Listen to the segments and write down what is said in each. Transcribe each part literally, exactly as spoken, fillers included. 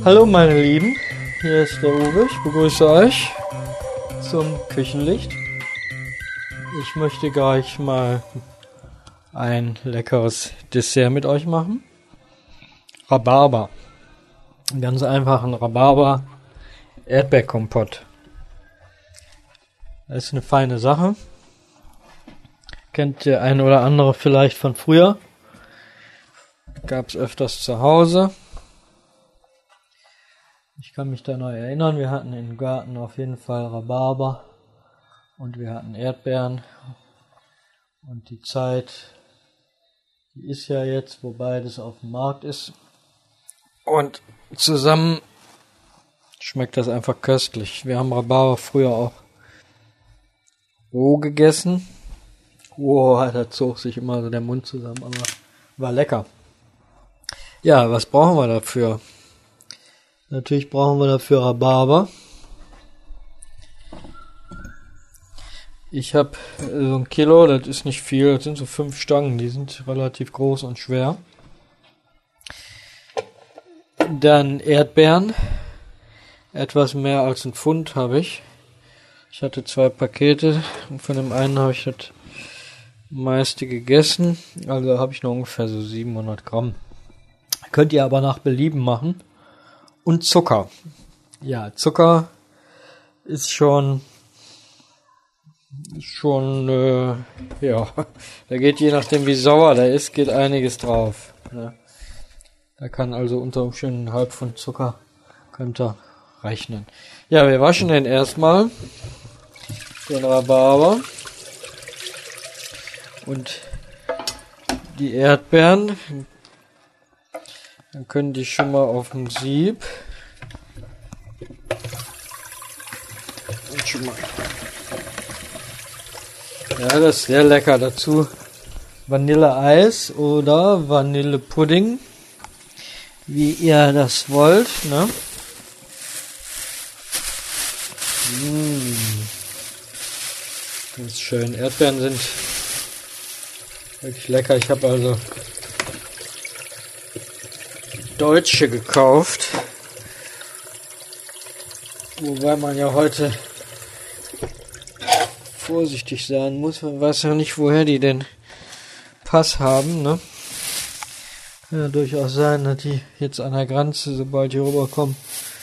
Hallo meine Lieben, hier ist der Uwe, ich begrüße euch zum Küchenlicht. Ich möchte gleich mal ein leckeres Dessert mit euch machen. Rhabarber. Ganz einfachen Rhabarber Erdbeerkompott. Das ist eine feine Sache. Kennt der eine oder andere vielleicht von früher. Gab es öfters zu Hause. Ich kann mich da noch erinnern, wir hatten im Garten auf jeden Fall Rhabarber und wir hatten Erdbeeren. Und die Zeit, die ist ja jetzt, wo beides auf dem Markt ist. Und zusammen schmeckt das einfach köstlich. Wir haben Rhabarber früher auch roh gegessen. Wow, da zog sich immer so der Mund zusammen, aber war lecker. Ja, was brauchen wir dafür? Natürlich brauchen wir dafür Rhabarber. Ich habe so ein Kilo, das ist nicht viel, das sind so fünf Stangen, die sind relativ groß und schwer. Dann Erdbeeren, etwas mehr als ein Pfund habe ich. Ich hatte zwei Pakete und von dem einen habe ich das meiste gegessen, also habe ich noch ungefähr so siebenhundert Gramm. Könnt ihr aber nach Belieben machen. Und Zucker. Ja, Zucker ist schon, ist schon, äh, ja, da geht je nachdem wie sauer der ist, geht einiges drauf. Ne? Da kann also unter Umständen ein halb Pfund Zucker, könnt ihr rechnen. Ja, wir waschen den erstmal, den Rhabarber und die Erdbeeren. Dann können die schon mal auf dem Sieb. Und schon mal. Ja, das ist sehr lecker. Dazu Vanilleeis oder Vanillepudding, wie ihr das wollt, ne? Mmh. Das ist schön. Erdbeeren sind wirklich lecker. Ich habe also Deutsche gekauft, wobei man ja heute vorsichtig sein muss, man weiß ja nicht, woher die den Pass haben, ne? Kann ja durchaus sein, dass die jetzt an der Grenze, sobald die rüberkommen,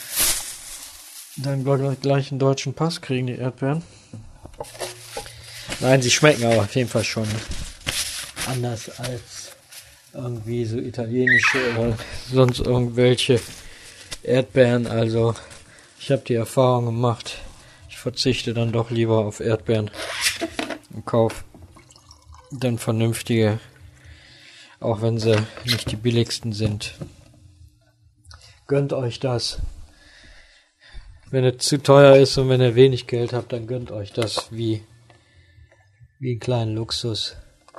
dann gleich einen deutschen Pass kriegen, die Erdbeeren. Nein, sie schmecken aber auf jeden Fall schon anders als irgendwie so italienische oder sonst irgendwelche Erdbeeren. Also ich habe die Erfahrung gemacht, ich verzichte dann doch lieber auf Erdbeeren und kaufe dann vernünftige, auch wenn sie nicht die billigsten sind. Gönnt euch das. Wenn es zu teuer ist und wenn ihr wenig Geld habt, dann gönnt euch das wie, wie einen kleinen Luxus.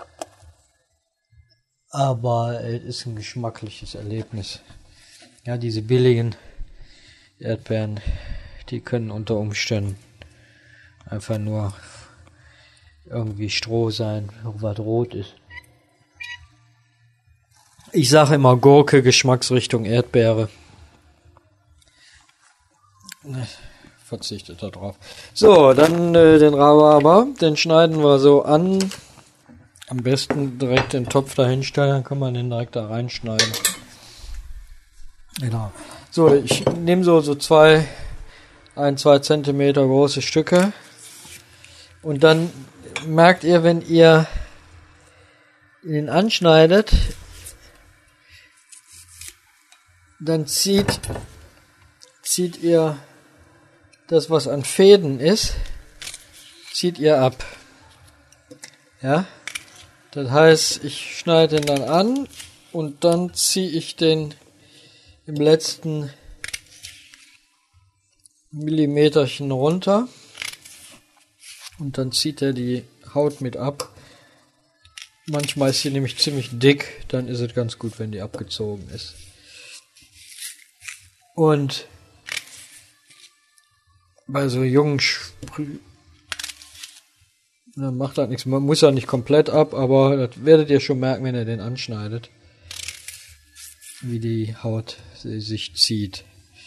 Aber es ist ein geschmackliches Erlebnis. Ja, diese billigen Erdbeeren, die können unter Umständen einfach nur irgendwie Stroh sein, was rot ist. Ich sage immer Gurke, Geschmacksrichtung Erdbeere. Verzichtet da drauf. So, dann äh, den Rhabarber, den schneiden wir so an. Am besten direkt den Topf dahin stellen, dann kann man den direkt da reinschneiden. Genau. So, ich nehme so, so zwei, ein, zwei Zentimeter große Stücke. Und dann merkt ihr, wenn ihr ihn anschneidet, dann zieht, zieht ihr das, was an Fäden ist, zieht ihr ab. Ja? Das heißt, ich schneide den dann an und dann ziehe ich den im letzten Millimeterchen runter und dann zieht er die Haut mit ab. Manchmal ist sie nämlich ziemlich dick, dann ist es ganz gut, wenn die abgezogen ist. Und bei so jungen Sprü Dann macht das nichts. Man muss ja nicht komplett ab, aber das werdet ihr schon merken, wenn ihr den anschneidet. Wie die Haut sich zieht.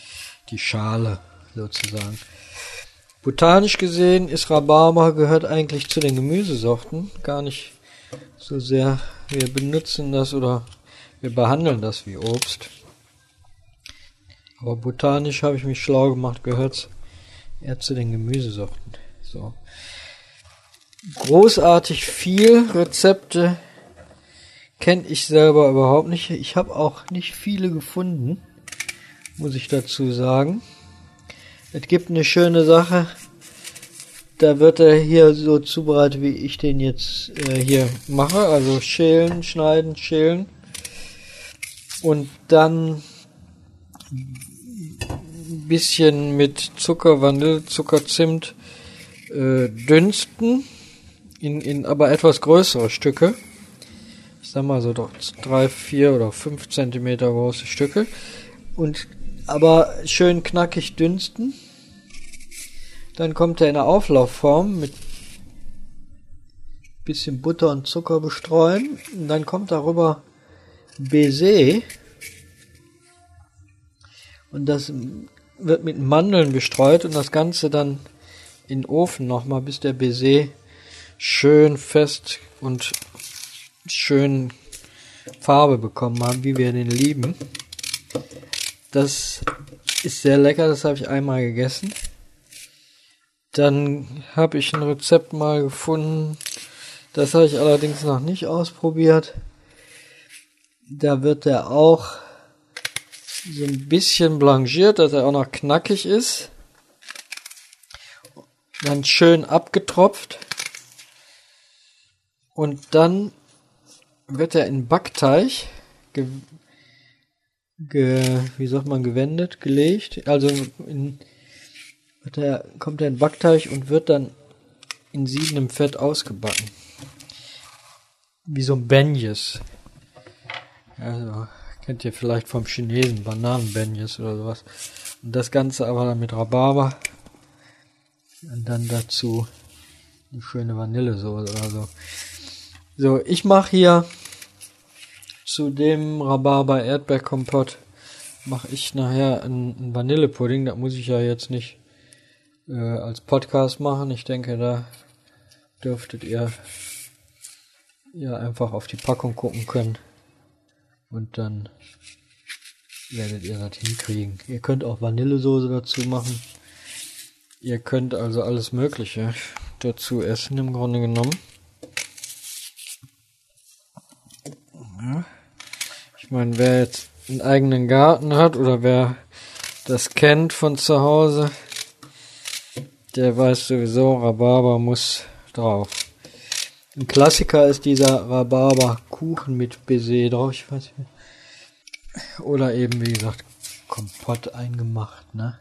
die Schale sozusagen. Botanisch gesehen ist Rhabarber, gehört eigentlich zu den Gemüsesorten, gar nicht so sehr, wir benutzen das oder wir behandeln das wie Obst. Aber botanisch habe ich mich schlau gemacht, gehört eher zu den Gemüsesorten. So. Großartig viel Rezepte kenne ich selber überhaupt nicht. Ich habe auch nicht viele gefunden, muss ich dazu sagen. Es gibt eine schöne Sache, da wird er hier so zubereitet, wie ich den jetzt äh, hier mache. Also schälen, schneiden, schälen. Und dann ein bisschen mit Zucker, Vanillezucker, Zimt äh, dünsten. In, in aber etwas größere Stücke. Ich sag mal so doch drei, vier oder fünf Zentimeter große Stücke. Und aber schön knackig dünsten. Dann kommt er in eine Auflaufform mit bisschen Butter und Zucker bestreuen. Und dann kommt darüber Baiser. Und das wird mit Mandeln bestreut und das Ganze dann in den Ofen nochmal, bis der Baiser schön fest und schön Farbe bekommen haben, wie wir den lieben. Das ist sehr lecker, das habe ich einmal gegessen. Dann habe ich ein Rezept mal gefunden, das habe ich allerdings noch nicht ausprobiert. Da wird er auch so ein bisschen blanchiert, dass er auch noch knackig ist. Dann schön abgetropft. Und dann wird er in Backteig ge, ge, wie sagt man, gewendet, gelegt. Also in, wird er, kommt er in Backteig und wird dann in siedendem Fett ausgebacken. Wie so ein Beignets. Also, kennt ihr vielleicht vom Chinesen, Bananen-Beignets oder sowas. Und das Ganze aber dann mit Rhabarber. Und dann dazu eine schöne Vanillesoße oder so. So, ich mache hier zu dem Rhabarber-Erdbeerkompott mache ich nachher einen, einen Vanillepudding. Das muss ich ja jetzt nicht äh, als Podcast machen. Ich denke, da dürftet ihr ja einfach auf die Packung gucken können. Und dann werdet ihr das hinkriegen. Ihr könnt auch Vanillesoße dazu machen. Ihr könnt also alles Mögliche dazu essen, im Grunde genommen. Ja. Ich meine, wer jetzt einen eigenen Garten hat oder wer das kennt von zu Hause, der weiß sowieso, Rhabarber muss drauf. Ein Klassiker ist dieser Rhabarberkuchen mit Baiser drauf, ich weiß nicht. Oder eben, wie gesagt, Kompott eingemacht, ne?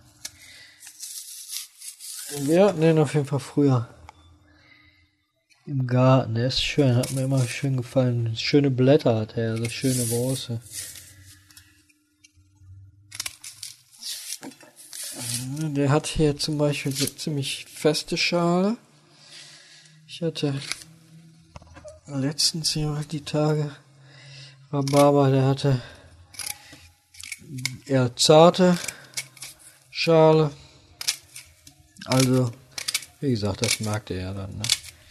Wir hatten den auf jeden Fall früher im Garten. Der ist schön, hat mir immer schön gefallen. Schöne Blätter hat er, also schöne große. Der hat hier zum Beispiel so ziemlich feste Schale. Ich hatte letztens hier die Tage Rhabarber, der hatte eher zarte Schale. Also, wie gesagt, das mag der ja dann, ne?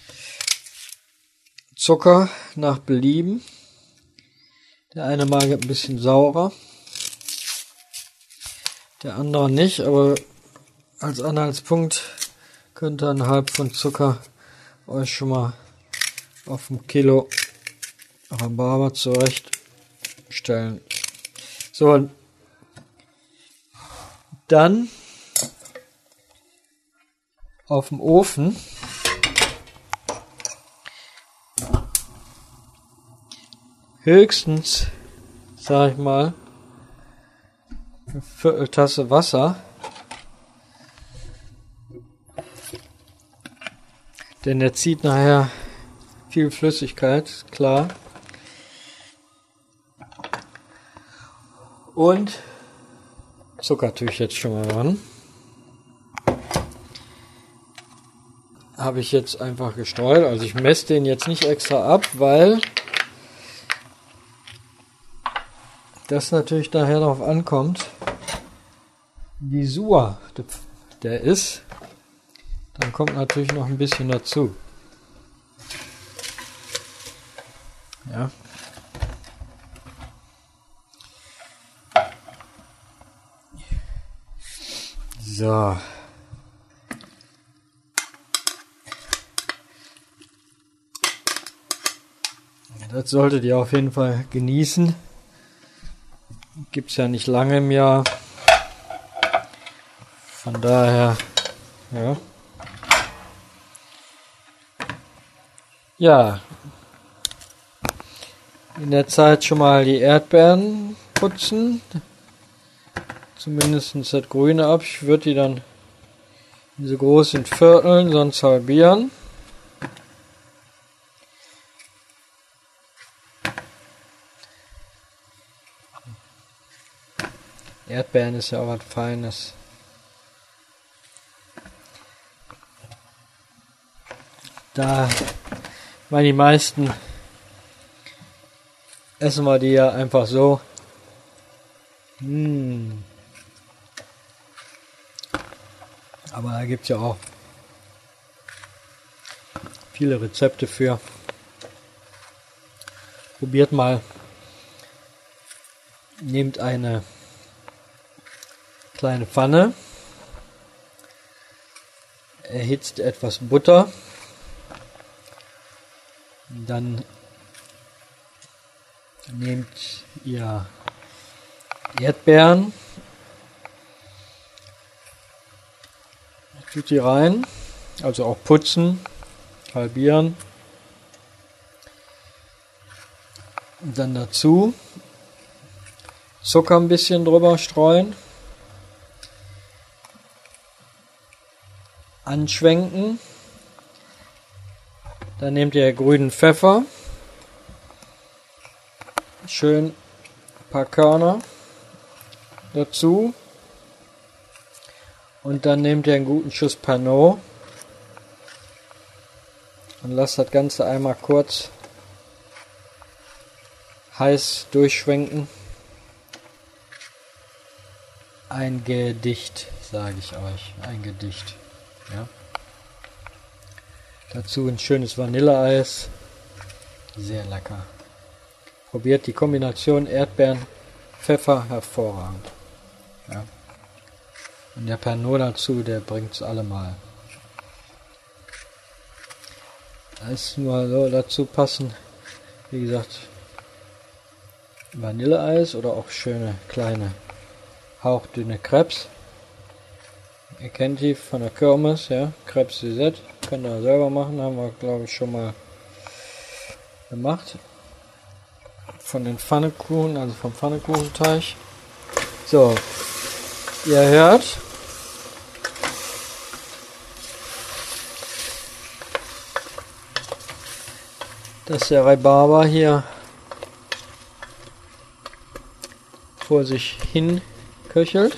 Zucker nach Belieben. Der eine mag ein bisschen saurer. Der andere nicht, aber als Anhaltspunkt könnt ihr einen halb von Zucker euch schon mal auf ein Kilo Rhabarber zurechtstellen. So, dann auf dem Ofen höchstens, sag ich mal, eine Vierteltasse Wasser. Denn der zieht nachher viel Flüssigkeit, ist klar. Und Zucker tue ich jetzt schon mal ran. Habe ich jetzt einfach gestreut. Also ich messe den jetzt nicht extra ab, weil das natürlich daher darauf ankommt, wie sauer der ist, dann kommt natürlich noch ein bisschen dazu. Ja. So. Das solltet ihr auf jeden Fall genießen. Gibt's ja nicht lange im Jahr. Von daher, ja. Ja. In der Zeit schon mal die Erdbeeren putzen. Zumindest das Grüne ab. Ich würde die dann in so großen Vierteln sonst halbieren. Erdbeeren ist ja auch was Feines. Da, weil die meisten essen wir die ja einfach so. Mmh. Aber da gibt es ja auch viele Rezepte für. Probiert mal. Nehmt eine kleine Pfanne. Erhitzt etwas Butter. Dann nehmt ihr Erdbeeren. Tut die rein, also auch putzen, halbieren. Und dann dazu Zucker ein bisschen drüber streuen. Anschwenken. Dann nehmt ihr grünen Pfeffer. Schön ein paar Körner dazu. Und dann nehmt ihr einen guten Schuss Pernod und lasst das Ganze einmal kurz heiß durchschwenken. Ein Gedicht, sage ich euch, ein Gedicht. Ja. Dazu ein schönes Vanilleeis, sehr lecker. Probiert die Kombination Erdbeeren, Pfeffer, hervorragend. Ja. Und der Pernod dazu, der bringt es allemal. Da ist nur so dazu passen, wie gesagt, Vanilleeis oder auch schöne kleine hauchdünne Crepes. Ihr kennt die von der Kirmes, ja, Crepes Suzette. Könnt ihr selber machen, haben wir glaube ich schon mal gemacht. Von den Pfannekuchen, also vom Pfannekuchenteig. So. Ihr hört, dass der Rhabarber hier vor sich hin köchelt.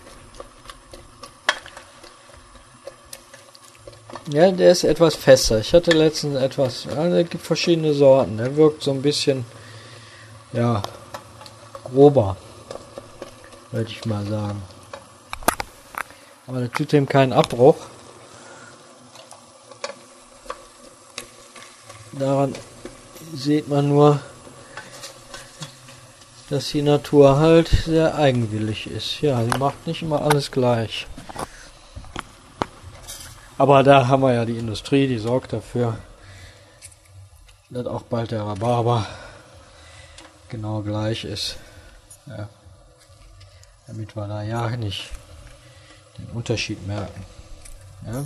Ja, der ist etwas fester. Ich hatte letztens etwas, also es gibt verschiedene Sorten. Der wirkt so ein bisschen, ja, grober, würde ich mal sagen. Aber das tut dem keinen Abbruch. Daran sieht man nur, dass die Natur halt sehr eigenwillig ist. Ja, sie macht nicht immer alles gleich. Aber da haben wir ja die Industrie, die sorgt dafür, dass auch bald der Rhabarber genau gleich ist. Ja. Damit wir da ja nicht den Unterschied merken. Ja.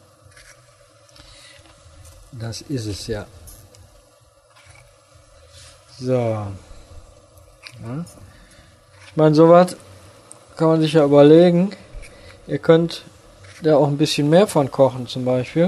Das ist es ja. So. Ja. Ich meine, sowas kann man sich ja überlegen. Ihr könnt da auch ein bisschen mehr von kochen zum Beispiel.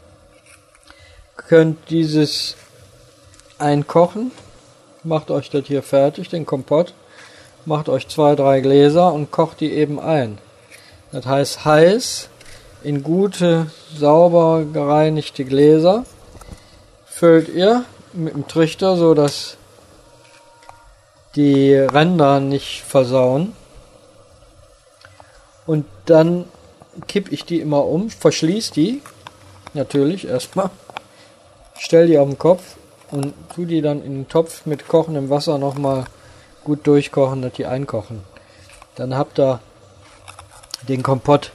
Könnt dieses einkochen. Macht euch das hier fertig, den Kompott. Macht euch zwei, drei Gläser und kocht die eben ein. Das heißt heiß in gute, sauber gereinigte Gläser. Füllt ihr mit dem Trichter, so dass die Ränder nicht versauen. Und dann kipp ich die immer um, verschließe die natürlich erstmal, stell die auf den Kopf und tu die dann in den Topf mit kochendem Wasser nochmal gut durchkochen, dass die einkochen. Dann habt ihr den Kompott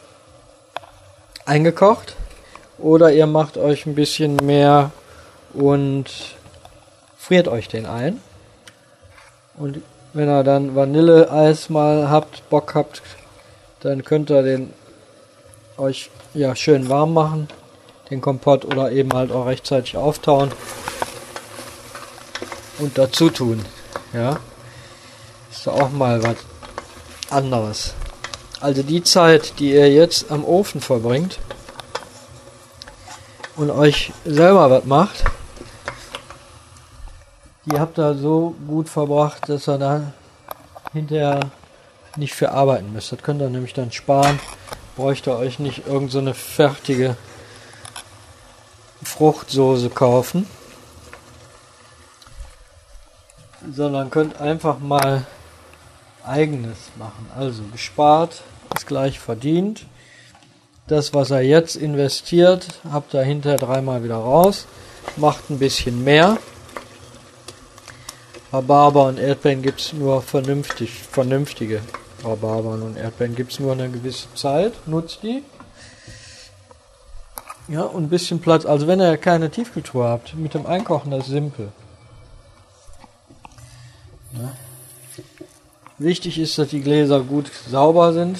eingekocht oder ihr macht euch ein bisschen mehr und friert euch den ein. Und wenn ihr dann Vanilleeis mal habt, Bock habt, dann könnt ihr den euch ja schön warm machen, den Kompott, oder eben halt auch rechtzeitig auftauen und dazu tun. Ja, ist auch mal was anderes. Also die Zeit, die ihr jetzt am Ofen verbringt und euch selber was macht, die habt ihr so gut verbracht, dass ihr da hinterher nicht für arbeiten müsst. Das könnt ihr nämlich dann sparen. Bräucht ihr euch nicht irgend so eine fertige Fruchtsoße kaufen, sondern könnt einfach mal eigenes machen. Also gespart ist gleich verdient. Das, was ihr jetzt investiert, habt ihr hinterher dreimal wieder raus. Macht ein bisschen mehr. Rhabarber und Erdbeeren gibt es nur vernünftig, vernünftige Rhabarbern und Erdbeeren gibt es nur eine gewisse Zeit. Nutzt die. Ja, und ein bisschen Platz. Also wenn ihr keine Tiefkühltruhe habt, mit dem Einkochen, das ist simpel. Ja. Wichtig ist, dass die Gläser gut sauber sind.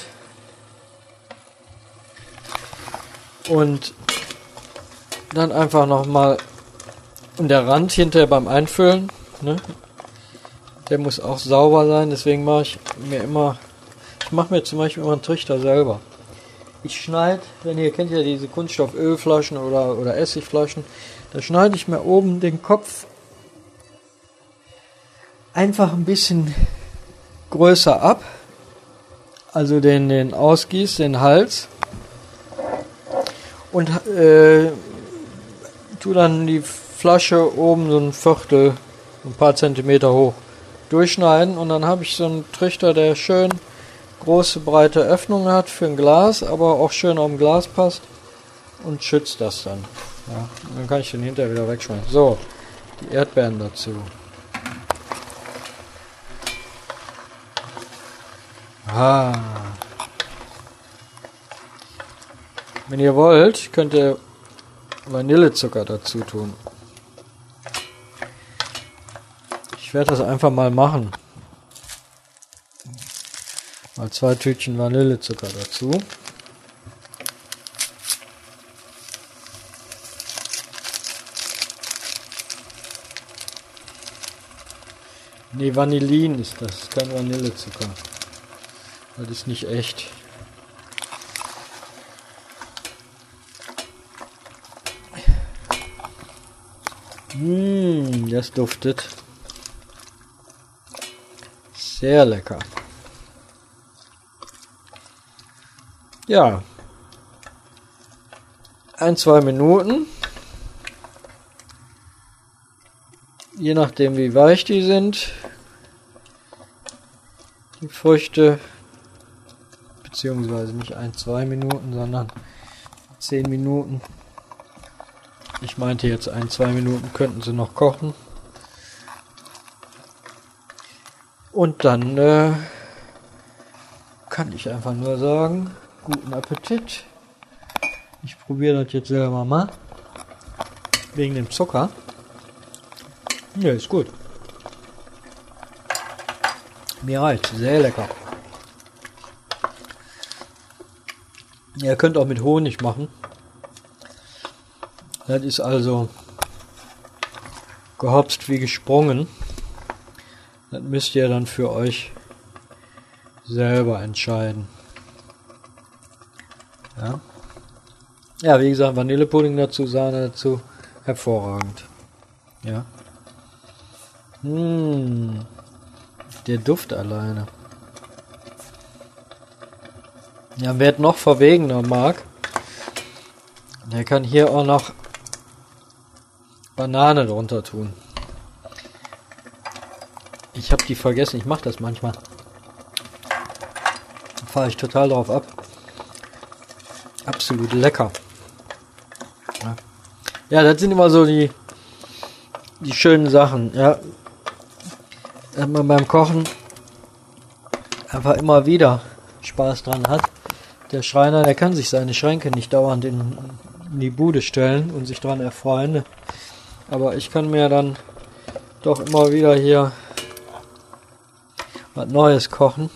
Und dann einfach nochmal, und der Rand hinterher beim Einfüllen, ne, der muss auch sauber sein. Deswegen mache ich mir immer, ich mache mir zum Beispiel immer einen Trichter selber. Ich schneide, wenn ihr kennt ja diese Kunststoffölflaschen oder, oder Essigflaschen, da schneide ich mir oben den Kopf einfach ein bisschen größer ab, also den, den Ausgieß, den Hals, und äh, tu dann die Flasche oben so ein Viertel, ein paar Zentimeter hoch durchschneiden, und dann habe ich so einen Trichter, der schön große, breite Öffnungen hat für ein Glas, aber auch schön auf dem Glas passt und schützt das dann. Ja, dann kann ich den hinterher wieder wegschmeißen. So, die Erdbeeren dazu. Ah. Wenn ihr wollt, könnt ihr Vanillezucker dazu tun. Ich werde das einfach mal machen. Mal zwei Tütchen Vanillezucker dazu. Ne, Vanillin ist das, kein Vanillezucker. Das ist nicht echt. Mmh, das duftet sehr lecker. Ja, ein, zwei Minuten, je nachdem wie weich die sind, die Früchte, beziehungsweise nicht ein, zwei Minuten, sondern zehn Minuten. Ich meinte jetzt ein, zwei Minuten könnten sie noch kochen. Und dann äh, kann ich einfach nur sagen, guten Appetit. Ich probiere das jetzt selber mal. Wegen dem Zucker. Ja, ist gut. Mir reicht. Sehr lecker. Ihr könnt auch mit Honig machen. Das ist also gehopst wie gesprungen. Das müsst ihr dann für euch selber entscheiden. Ja, ja, wie gesagt, Vanillepudding dazu, Sahne dazu, hervorragend. Ja. Mmh, der Duft alleine. Ja, wer es noch verwegener mag, der kann hier auch noch Banane drunter tun. Ich habe die vergessen, ich mache das manchmal. fahre ich total drauf ab. Absolut lecker. Ja, ja, das sind immer so die, die schönen Sachen. Ja, dass man beim Kochen einfach immer wieder Spaß dran hat. Der Schreiner, der kann sich seine Schränke nicht dauernd in, in die Bude stellen und sich dran erfreuen. Aber ich kann mir dann doch immer wieder hier was Neues kochen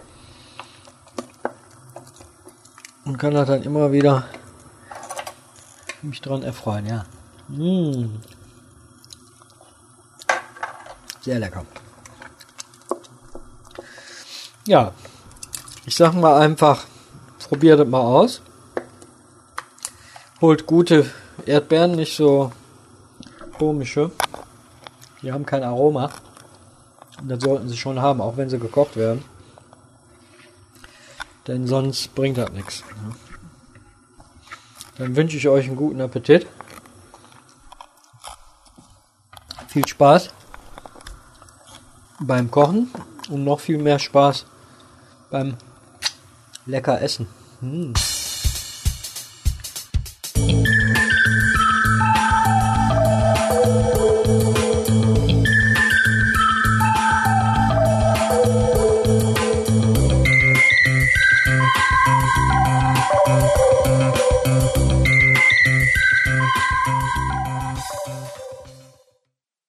und kann das dann immer wieder mich dran erfreuen, ja. Mmh. Sehr lecker. Ja, ich sag mal einfach, probiert es mal aus. Holt gute Erdbeeren, nicht so komische. Die haben kein Aroma. Und das sollten sie schon haben, auch wenn sie gekocht werden. Denn sonst bringt das nichts. Dann wünsche ich euch einen guten Appetit. Viel Spaß beim Kochen und noch viel mehr Spaß beim lecker Essen. Hm.